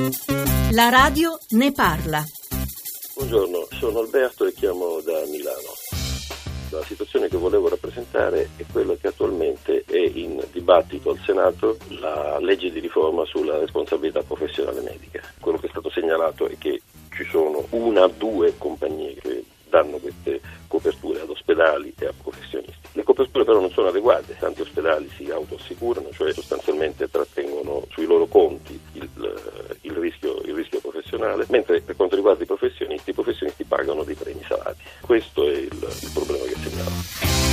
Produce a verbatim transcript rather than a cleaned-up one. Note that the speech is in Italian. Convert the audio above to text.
La radio ne parla. Buongiorno, sono Alberto e chiamo da Milano. La situazione che volevo rappresentare è quella che attualmente è in dibattito al Senato, la legge di riforma sulla responsabilità professionale medica. Quello che è stato segnalato è che ci sono una o due compagnie che danno queste coperture ad ospedali e a professionisti. Le coperture però non sono adeguate, tanti ospedali si autoassicurano, cioè sostanzialmente trattengono sui loro conti il, il, rischio, il rischio professionale, mentre per quanto riguarda i professionisti, i professionisti pagano dei premi salati. Questo è il, il problema che segnalo.